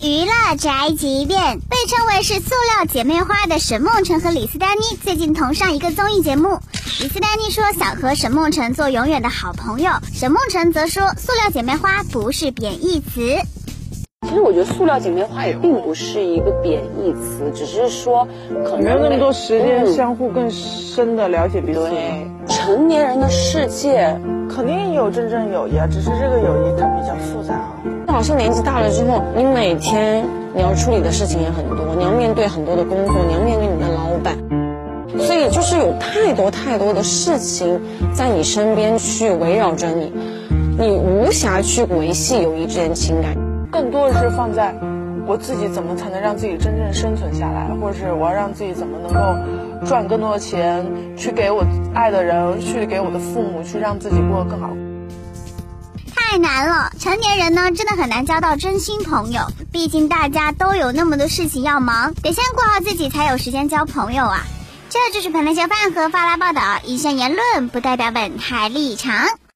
娱乐宅急便，被称为是塑料姐妹花的沈梦辰和李斯丹妮最近同上一个综艺节目。李斯丹妮说想和沈梦辰做永远的好朋友，沈梦辰则说塑料姐妹花不是贬义词。 其实我觉得塑料姐妹花也并不是一个贬义词，只是说可能没有那么多时间相互更深的了解彼此。 对，成年人的世界肯定有真正友谊啊，只是这个友谊它比较复杂啊。 好像年纪大了之后，你每天你要处理的事情也很多，你要面对很多的工作，你要面对你的老板，所以就是有太多的事情在你身边去围绕着你，你无暇去维系友谊之间情感。 更多的是放在我自己怎么才能让自己真正生存下来，或者是我要让自己怎么能够赚更多的钱，去给我爱的人，去给我的父母，去让自己过得更好。 太难了，成年人呢真的很难交到真心朋友，毕竟大家都有那么多事情要忙，得先过好自己才有时间交朋友啊。这就是本台小饭和发来报道，以上言论不代表本台立场。